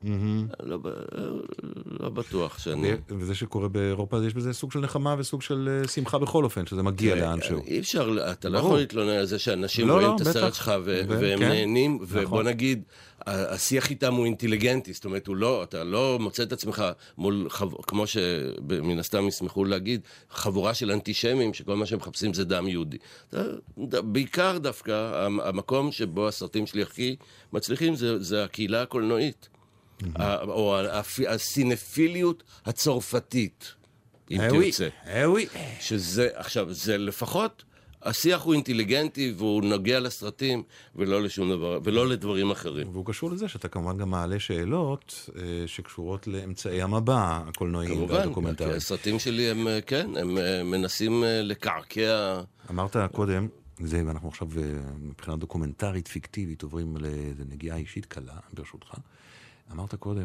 לא בטוח שאני... וזה שקורה באירופה, יש בזה סוג של נחמה וסוג של שמחה בכל אופן, שזה מגיע לאנשהו. אי אפשר, אתה לא יכול להתלונן על זה שאנשים רואים את הסרט שלך והם נהנים, ובוא נגיד, השיח איתם הוא אינטליגנטי, זאת אומרת, אתה לא מוצא את עצמך מול, כמו שמן הסתם ישמחו להגיד, חבורה של אנטישמים, שכל מה שהם מחפשים זה דם יהודי. בעיקר דווקא, המקום שבו הסרטים שלי הכי מצליחים, זה הקהילה הקולנועית. או הסינפיליות הצרפתית, אם תרצה. שזה, עכשיו, זה לפחות... השיח הוא אינטליגנטי והוא נוגע לסרטים ולא לשום דבר, ולא לדברים אחרים. והוא קשור לזה שאתה כמובן גם מעלה שאלות שקשורות לאמצעי המבע הקולנועיים והדוקומנטריים. כמובן, הסרטים שלי הם, כן, הם מנסים לקעקע. אמרת קודם, ואנחנו עכשיו מבחינה דוקומנטרית פיקטיבית עוברים לנגיעה אישית קלה, ברשותך. אמרת קודם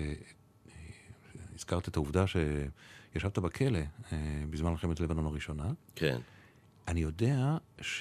הזכרת את העובדה שישבת בכלא בזמן מלחמת לבנון הראשונה. כן. אני יודע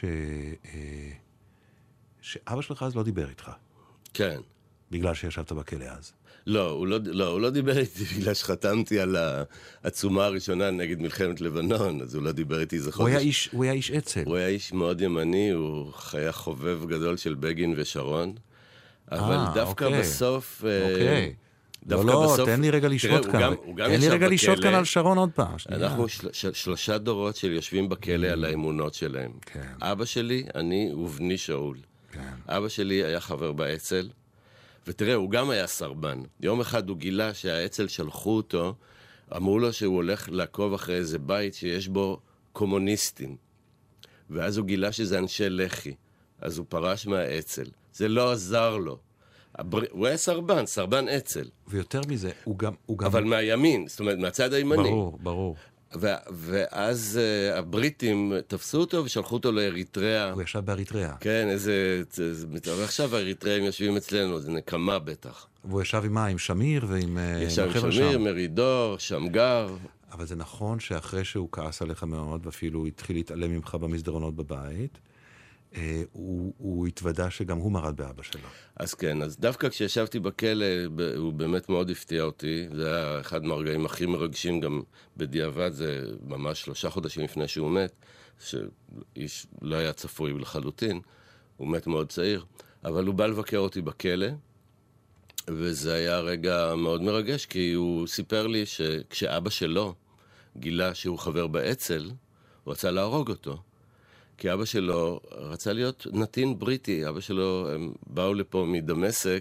שאבא שלך אז לא דיבר איתך. כן. בגלל שישבת בכלא אז. לא, הוא לא דיבר איתי בגלל שחתמתי על העצומה הראשונה נגד מלחמת לבנון, אז הוא לא דיבר איתי איזה חודש. הוא היה איש עצל. הוא היה איש מאוד ימני, הוא היה חובב גדול של בגין ושרון, אבל דווקא בסוף... אוקיי. לא, תן לי רגע לשהות כאן. תן לי רגע לשהות כאן על שרון עוד פעם. אנחנו 3 דורות של יושבים בכלא על האמונות שלהם. אבא שלי, אני ובני שאול. אבא שלי היה חבר באצ"ל, ותראה, הוא גם היה סרבן. יום אחד הוא גילה שהאצ"ל שלחו אותו, אמרו לו שהוא הולך לעקוב אחרי איזה בית שיש בו קומוניסטים. ואז הוא גילה שזה אנשי לח"י. אז הוא פרש מהאצ"ל. זה לא עזר לו. הוא היה סרבן אצ"ל. ויותר מזה, הוא גם... אבל מהימין, זאת אומרת, מהצד הימני. ברור. ואז הבריטים תפסו אותו ושלחו אותו לאריתריאה. הוא ישב באריתריאה. כן, ועכשיו האריתריאים יושבים אצלנו, זה נקמה בטח. והוא ישב עם מה? עם שמיר ועם... ישב עם שמיר, מרידור, שמגר. אבל זה נכון שאחרי שהוא כעס עליך מאוד, ואפילו התחיל להתעלם ממך במסדרונות בבית, הוא התוודע שגם הוא מרד באבא שלו. אז כן, אז דווקא כשישבתי בכלא, הוא באמת מאוד הפתיע אותי. זה היה אחד מהרגעים הכי מרגשים גם בדיעבד, זה ממש 3 חודשים לפני שהוא מת, שאיש לא היה צפוי לחלוטין, הוא מת מאוד צעיר, אבל הוא בא לבקר אותי בכלא, וזה היה רגע מאוד מרגש, כי הוא סיפר לי שכשאבא שלו גילה שהוא חבר באצ"ל, הוא רצה להרוג אותו. כי אבא שלו רצה להיות נתין בריטי, אבא שלו, הם באו לפה מדמשק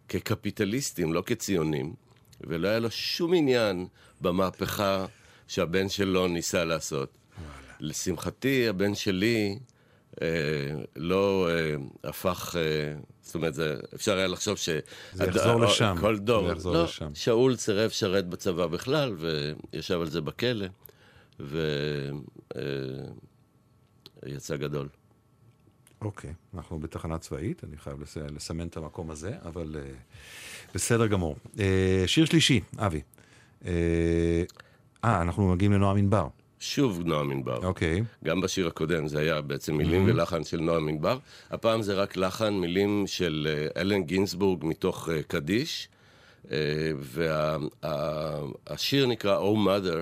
כקפיטליסטים, לא כציונים, ולא היה לו שום עניין במהפכה שהבן שלו ניסה לעשות. לשמחתי, הבן שלי לא הפך, זאת אומרת, אפשר היה לחשוב זה יחזור לשם. כל דור. זה יחזור לא, לשם. שאול סירב שרת בצבא בכלל, וישב על זה בכלא, ויצא גדול. אוקיי, אנחנו בתחנה צבאית, אני חייב לסמן את המקום הזה, אבל בסדר גמור. שיר שלישי, אבי. אנחנו מגיעים לנועם ענבר. שוב נועם ענבר. אוקיי. גם בשיר הקודם זה היה בעצם מילים ולחן של נועם ענבר. הפעם זה רק לחן, מילים של אלן גינסבורג מתוך קדיש, והשיר נקרא Oh Mother,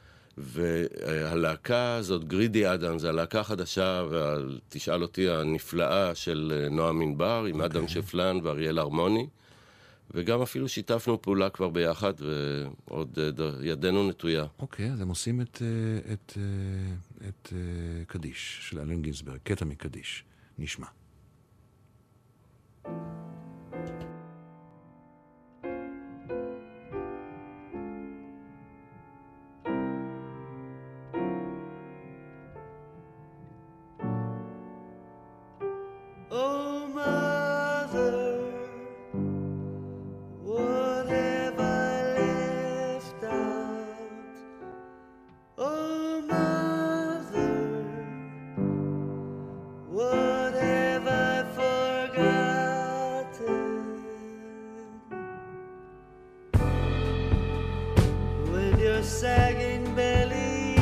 והלהקה הזאת, גרידי אדם, זה הלהקה החדשה, ותשאל אותי, הנפלאה של נועם ענבר, עם אדם שפלן ואריאל הרמוני, וגם אפילו שיתפנו פעולה כבר ביחד, ועוד ידנו נטויה. אוקיי, אז הם עושים את קדיש של אלן גינסברג, קטע מקדיש. נשמע. Sagging belly,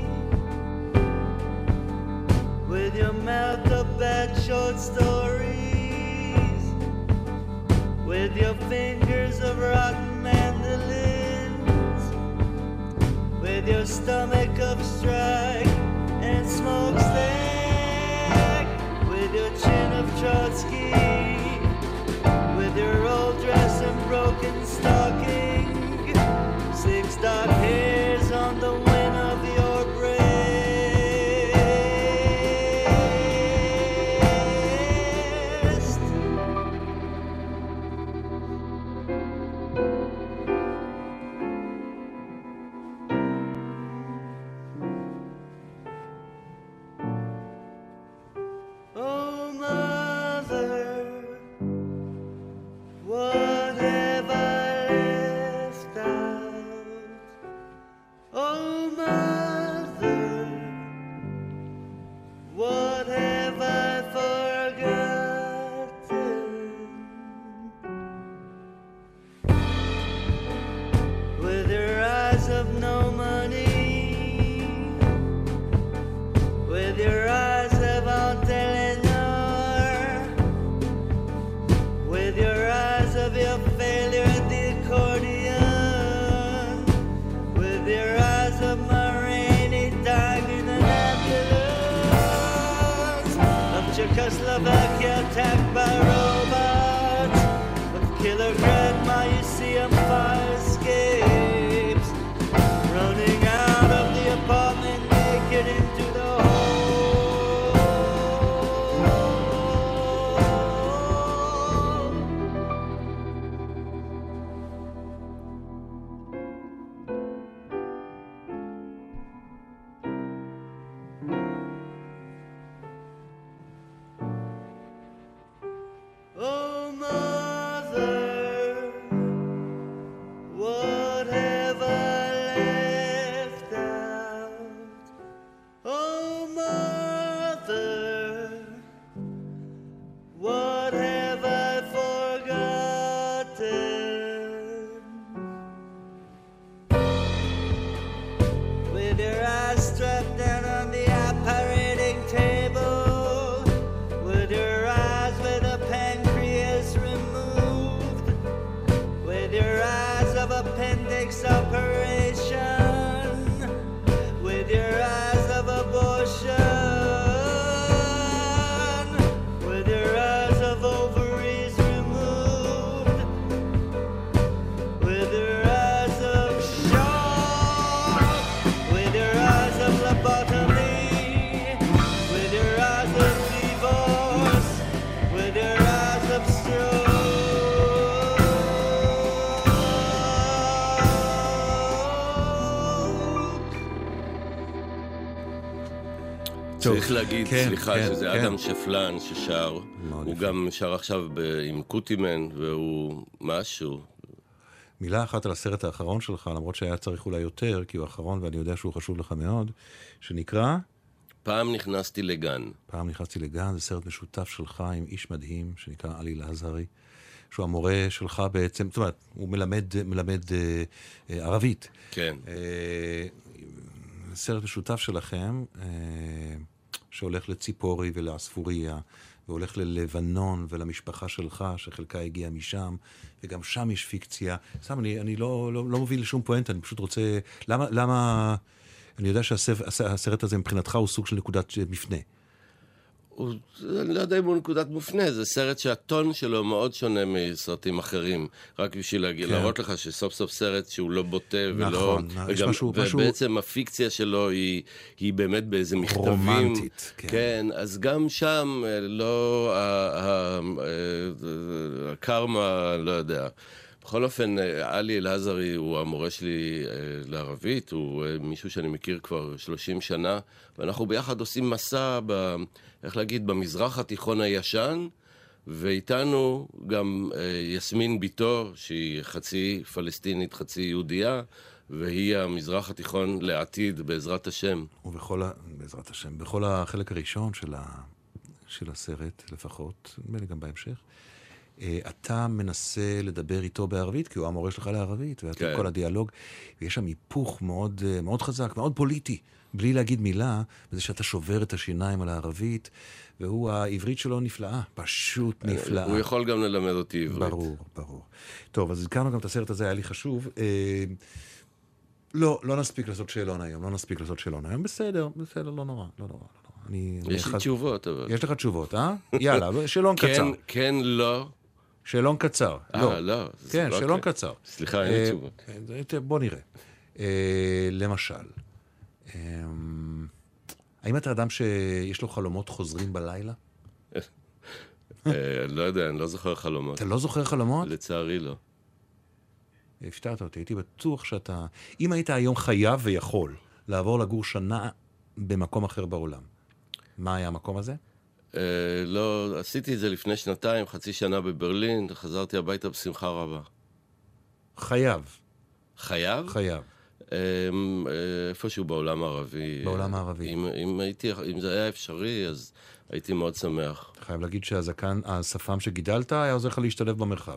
with your mouth up at short stories, with your fingers of rotten mandolins, with your stomach of strike and smokestack, with your chin of Trotsky, with your old dress and broken stocking. Six dark hairs on the wing of your breast. Oh, mother, what have I left out? Oh, mother, what have I forgotten? With your eyes of no money, with your eyes of Aunt Eleanor, with your eyes of your failure at the accordion, with your eyes of my rainy dog in an ambulance, of Czechoslovakia attacked by robots, of killer grandma you see on fire escapes, running out of the apartment naked into the hole. Oh, mother, צריך להגיד, כן, סליחה, כן, שזה כן. אדם שפלן ששר. מאוד הוא יפה. גם שר עכשיו עם קוטימן, והוא משהו. מילה אחת על הסרט האחרון שלך, למרות שהיה צריך אולי יותר, כי הוא האחרון ואני יודע שהוא חשוב לך מאוד, שנקרא פעם נכנסתי לגן. פעם נכנסתי לגן, זה סרט משותף שלך עם איש מדהים שנקרא עלי לעזרי, שהוא המורה שלך בעצם, זאת אומרת, הוא מלמד ערבית. כן. סרט משותף שלכם, שהולך לציפורי ולעספוריה, והולך ללבנון ולמשפחה שלך, שחלקה הגיעה משם, וגם שם יש פיקציה. סתם, אני לא מוביל לשום פואנטה, אני פשוט רוצה... למה... אני יודע שהסרט הזה מבחינתך הוא סוג של נקודת מפנה. אני לא יודע אם הוא נקודת מופנה, זה סרט שהטון שלו מאוד שונה מסרטים אחרים. רק בשביל להראות לך שסוף סוף סרט שהוא לא בוטה ולא... נכון, ובעצם הפיקציה שלו היא באמת באיזה מכתבים. רומנטית, כן. כן, אז גם שם לא... הקרמה, לא יודע. בכל אופן, עלי לעזרי הוא המורה שלי לערבית, הוא מישהו שאני מכיר כבר 30 שנה, ואנחנו ביחד עושים מסע, איך להגיד, במזרח התיכון הישן, ואיתנו גם יסמין ביתו, שהיא חצי פלסטינית, חצי יהודייה, והיא המזרח התיכון לעתיד, בעזרת השם. בעזרת השם, בכל החלק הראשון של הסרט לפחות, נדמה לי גם בהמשך, אתה מנסה לדבר איתו בערבית, כי הוא המורה שלך לערבית, ואתה כל הדיאלוג, ויש שם היפוך מאוד, מאוד חזק, מאוד פוליטי, בלי להגיד מילה, וזה שאתה שובר את השיניים על הערבית, והוא, העברית שלו נפלאה, פשוט נפלאה. הוא יכול גם ללמד אותי עברית. ברור. טוב, אז הזכרנו גם את הסרט הזה, היה לי חשוב. לא נספיק לעשות שאלון היום, בסדר, לא נורא. יש לי תשובות, אבל. יש לך תשובות, יאללה, שאלון קצר. כן, לא. שאלון קצר. לא. כן, שאלון קצר. סליחה, אין לי תשובות. בוא נראה. למשל, האם אתה אדם שיש לו חלומות חוזרים בלילה? לא יודע, אני לא זוכר חלומות. אתה לא זוכר חלומות? לצערי לא. הפתעת אותי, הייתי בטוח שאתה... אם היית היום חייב ויכול לעבור לגור שנה במקום אחר בעולם, מה היה המקום הזה? לא, עשיתי את זה לפני 2 חצי שנה בברלין, חזרתי הביתה בשמחה רבה. חייב. חייב? חייב. איפשהו בעולם הערבי. בעולם הערבי. אם זה היה אפשרי, אז הייתי מאוד שמח. חייב להגיד שהזקן, השפם שגידלת, היה עוזר לך להשתלב במרחב.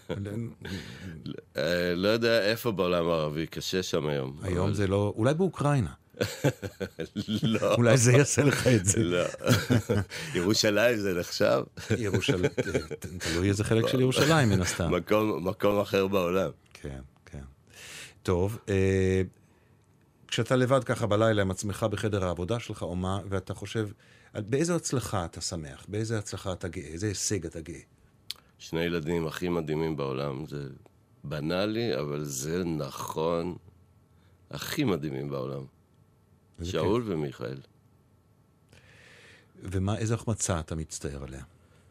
לא יודע איפה בעולם הערבי, קשה שם היום. היום זה לא, אולי באוקראינה. לא. אולי זה יעשה לך את זה. לא. ירושלים זה נחשב? ירושלים, תלוי איזה חלק של ירושלים, מן הסתם. מקום אחר בעולם. כן. טוב, כשאתה לבד ככה בלילה עם עצמך בחדר העבודה שלך או מה, ואתה חושב, באיזו הצלחה אתה שמח? באיזו הצלחה אתה גאה? איזה הישג אתה גאה? 2 ילדים הכי מדהימים בעולם. זה בנאלי, אבל זה נכון. הכי מדהימים בעולם. שאול ומיכאל. איזו החמצה אתה מצטער עליה?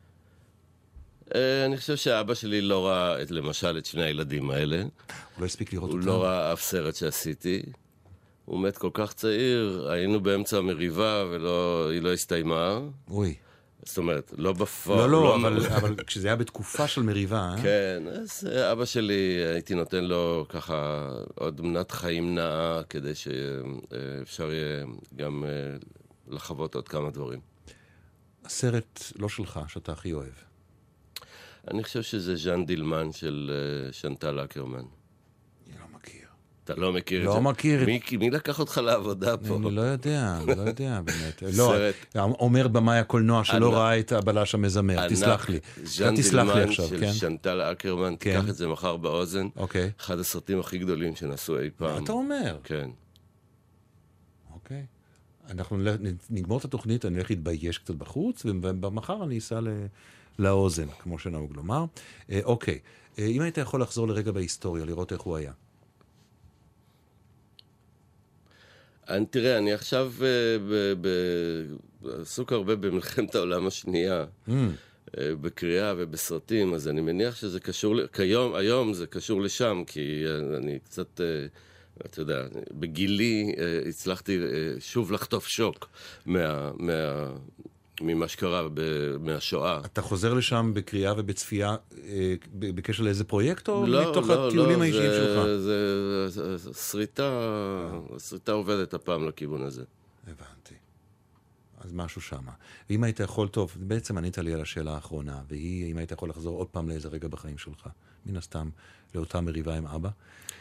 אני חושב שאבא שלי לא ראה למשל את 2 הילדים האלה. הוא לא הספיק לראות אותם. הוא לא ראה אף סרט שעשיתי. הוא מת כל כך צעיר, היינו באמצע המריבה והיא לא הסתיימה. אוי. זאת אומרת, לא בפועל. לא, אבל כשזה היה בתקופה של מריבה, כן, אז אבא שלי, הייתי נותן לו ככה עוד מנת חיים נאה, כדי שאפשר יהיה גם לחוות עוד כמה דברים. הסרט לא שלך, שאתה הכי אוהב. אני חושב שזה ז'אן דילמן של שנטל אקרמן. אני לא מכיר. אתה לא מכיר את זה? לא מכיר. מי לקח אותך לעבודה פה? אני לא יודע באמת. לא, אומר במאי הקולנוע שלא ראה את הבלש המזמר, תסלח לי. ז'אן דילמן של שנטל אקרמן, תיקח את זה מחר באוזן. אחד הסרטים הכי גדולים שנעשו אי פעם. מה אתה אומר? כן. אוקיי. אנחנו נגמור את התוכנית, אני הולך להתבייש קצת בחוץ, ובמחר אני אסע לאוזן, כמו שנהוג לומר. אוקיי. אם היית יכול לחזור לרגע בהיסטוריה, לראות איך הוא היה. תראה, אני עכשיו עסוק הרבה במלחמת העולם השנייה, בקריאה ובסרטים, אז אני מניח שזה קשור, היום זה קשור לשם, כי אני קצת אתה יודע, בגילי הצלחתי שוב לחטוף שוק ממה שקרה מהשואה. אתה חוזר לשם בקריאה ובצפייה בקשר לאיזה פרויקט, או מתוך הטיולים האישיים שלך? זה שריטה עובדת הפעם לכיוון הזה. הבנתי. אז משהו שמה. ואם היית יכול, טוב, בעצם ענית לי על השאלה האחרונה, והיא, אם היית יכול לחזור עוד פעם לאיזה רגע בחיים שלך, מן הסתם, לאותה מריבה עם אבא.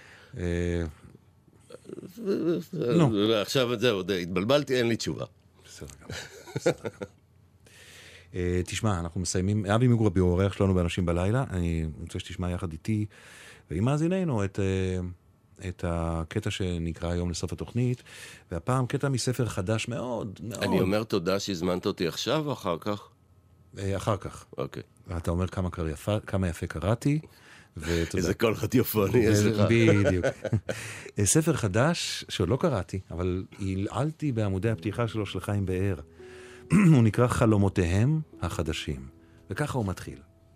עכשיו זהו, התבלבלתי, אין לי תשובה. בסדר גם. תשמע, אנחנו מסיימים, אבי מוגרבי הוא אורח שלנו באנשים בלילה, אני רוצה שתשמע יחד איתי, ועם מאזיננו את הקטע שנקרא היום לסוף התוכנית, והפעם קטע מספר חדש מאוד, מאוד. אני אומר תודה שהזמנת אותי עכשיו או אחר כך? אחר כך. אוקיי. אתה אומר כמה יפה קראתי, איזה קול רדיופוני יש לך. בדיוק. ספר חדש שעוד לא קראתי, אבל הלעלתי בעמודי הפתיחה שלו של חיים באר. הוא נקרא חלומותיהם החדשים, וככה הוא מתחיל.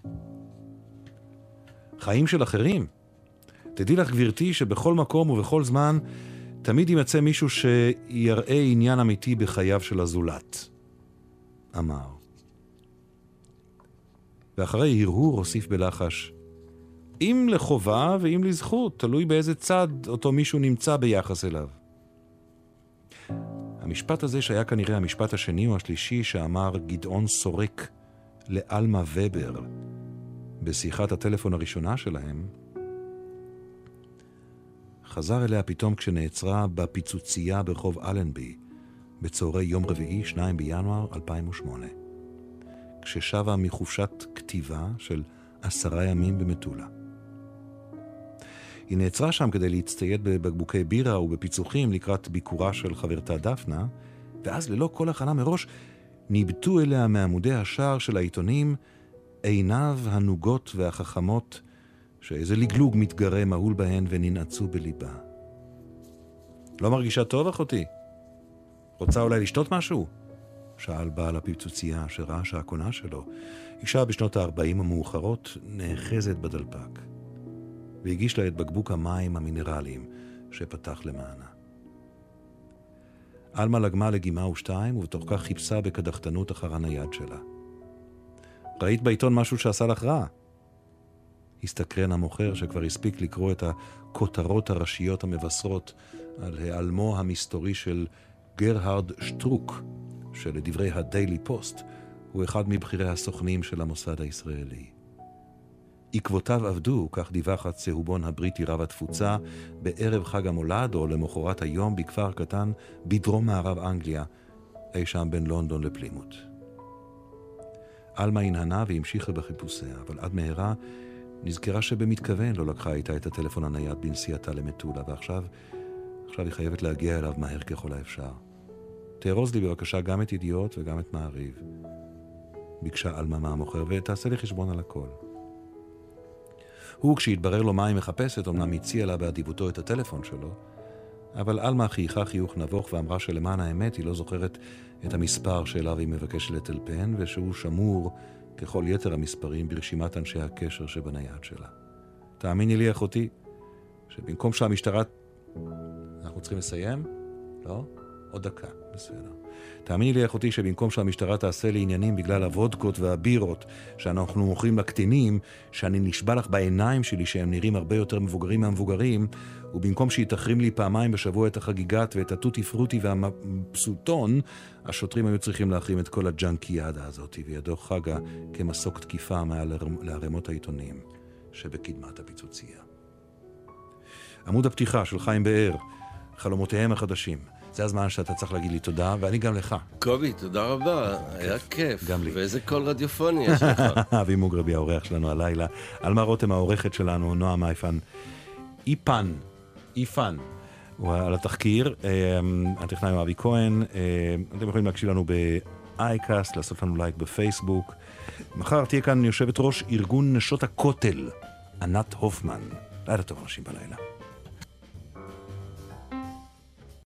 חיים של אחרים. תדעי לך גברתי שבכל מקום ובכל זמן תמיד יימצא מישהו שיראה עניין אמיתי בחייו של הזולת. אמר. ואחרי הרהור הוסיף בלחש, אם לחובה ואם לזכות, תלוי באיזה צד אותו מישהו נמצא ביחס אליו. המשפט הזה שהיה כנראה המשפט השני או השלישי שאמר גדעון סורק לאלמה ובר בשיחת הטלפון הראשונה שלהם, חזר אליה פתאום כשנעצרה בפיצוצייה ברחוב אלנבי בצהרי יום רביעי 2 בינואר 2008, כששבה מחופשת כתיבה של 10 ימים במטולה. היא נעצרה שם כדי להצטייד בבקבוקי בירה ובפיצוחים לקראת ביקורה של חברתה דפנה, ואז ללא כל הכנה מראש ניבטו אליה מעמודי השער של העיתונים עיניו הנוגות והחכמות שאיזה לגלוג מתגרה מהול בהן וננעצו בליבה. לא מרגישה טוב, אחותי? רוצה אולי לשתות משהו? שאל בעל הפיצוצייה שראה שהקונה שלו, אישה בשנות ה-40 המאוחרות, נאחזת בדלפק. והגיש לה את בקבוק המים המינרליים שפתח למענה. אלמה לגמה לגימה ושתיים, ובתוך כך חיפשה בקדחתנות אחר הנייד שלה. ראית בעיתון משהו שעשה לך רע? הסתקרן המוכר שכבר הספיק לקרוא את הכותרות הראשיות המבשרות על העלמו המסתורי של גרהרד שטרוק, שלדברי הדיילי פוסט הוא אחד מבחירי הסוכנים של המוסד הישראלי. עקבותיו עבדו, כך דיווח הצהובון הבריטי רב התפוצה, בערב חג המולד או למחרת היום בכפר קטן בדרום מערב אנגליה, אי שם בין לונדון לפלימות. אלמה הנהנה והמשיכה בחיפושיה, אבל עד מהרה נזכרה שבמתכוון לא לקחה איתה את הטלפון הנייד בנסיעתה למטולה, ועכשיו היא חייבת להגיע אליו מהר ככל האפשר. תארוז לי בבקשה גם את ידיעות וגם את מעריב. ביקשה אלמה מהמוכר, ותעשה לי חשבון על הכל. הוא, כשהתברר לו מה היא מחפשת, אמנם הציע לה באדיבותו את הטלפון שלו, אבל אלמה חייכה חיוך נבוך ואמרה שלמען האמת היא לא זוכרת את המספר שאליו היא מבקשת לטלפן, ושהוא שמור ככל יתר המספרים ברשימת אנשי הקשר שבנייד שלה. תאמיני לי, אחותי, שבמקום שהמשטרה... אנחנו צריכים לסיים? לא? עוד דקה, בסדר. תאמיני לי, אחותי, שבמקום שהמשטרה תעשה לי עניינים בגלל הוודקות והבירות שאנחנו מוכרים לקטינים, שאני נשבע לך בעיניים שלי שהם נראים הרבה יותר מבוגרים מהמבוגרים, ובמקום שהיא תחרים לי פעמיים בשבוע את החגיגת ואת הטוטי פרוטי והמפסוטון, השוטרים היו צריכים להחרים את כל הג'אנקיאדה הזאת, וידו חגה כמסוק תקיפה מעל לערמות העיתונים שבקדמת הפיצוצייה. עמוד הפתיחה של חיים באר, חלומותיהם החדשים. זה הזמן שאתה צריך להגיד לי תודה, ואני גם לך. קובי, תודה רבה, היה כיף. גם לי. ואיזה קול רדיופוני יש לך. אבי מוגרבי, האורח שלנו הלילה. אלמה רותם, העורכת שלנו, נועה מייפן. איפן, הוא על התחקיר. הטכנאי הוא אבי כהן. אתם יכולים להקשיב לנו באייקאסט, לעשות לנו לייק בפייסבוק. מחר תהיה כאן יושבת ראש ארגון נשות הכותל, ענת הופמן. לילה טוב, אנשים בלילה.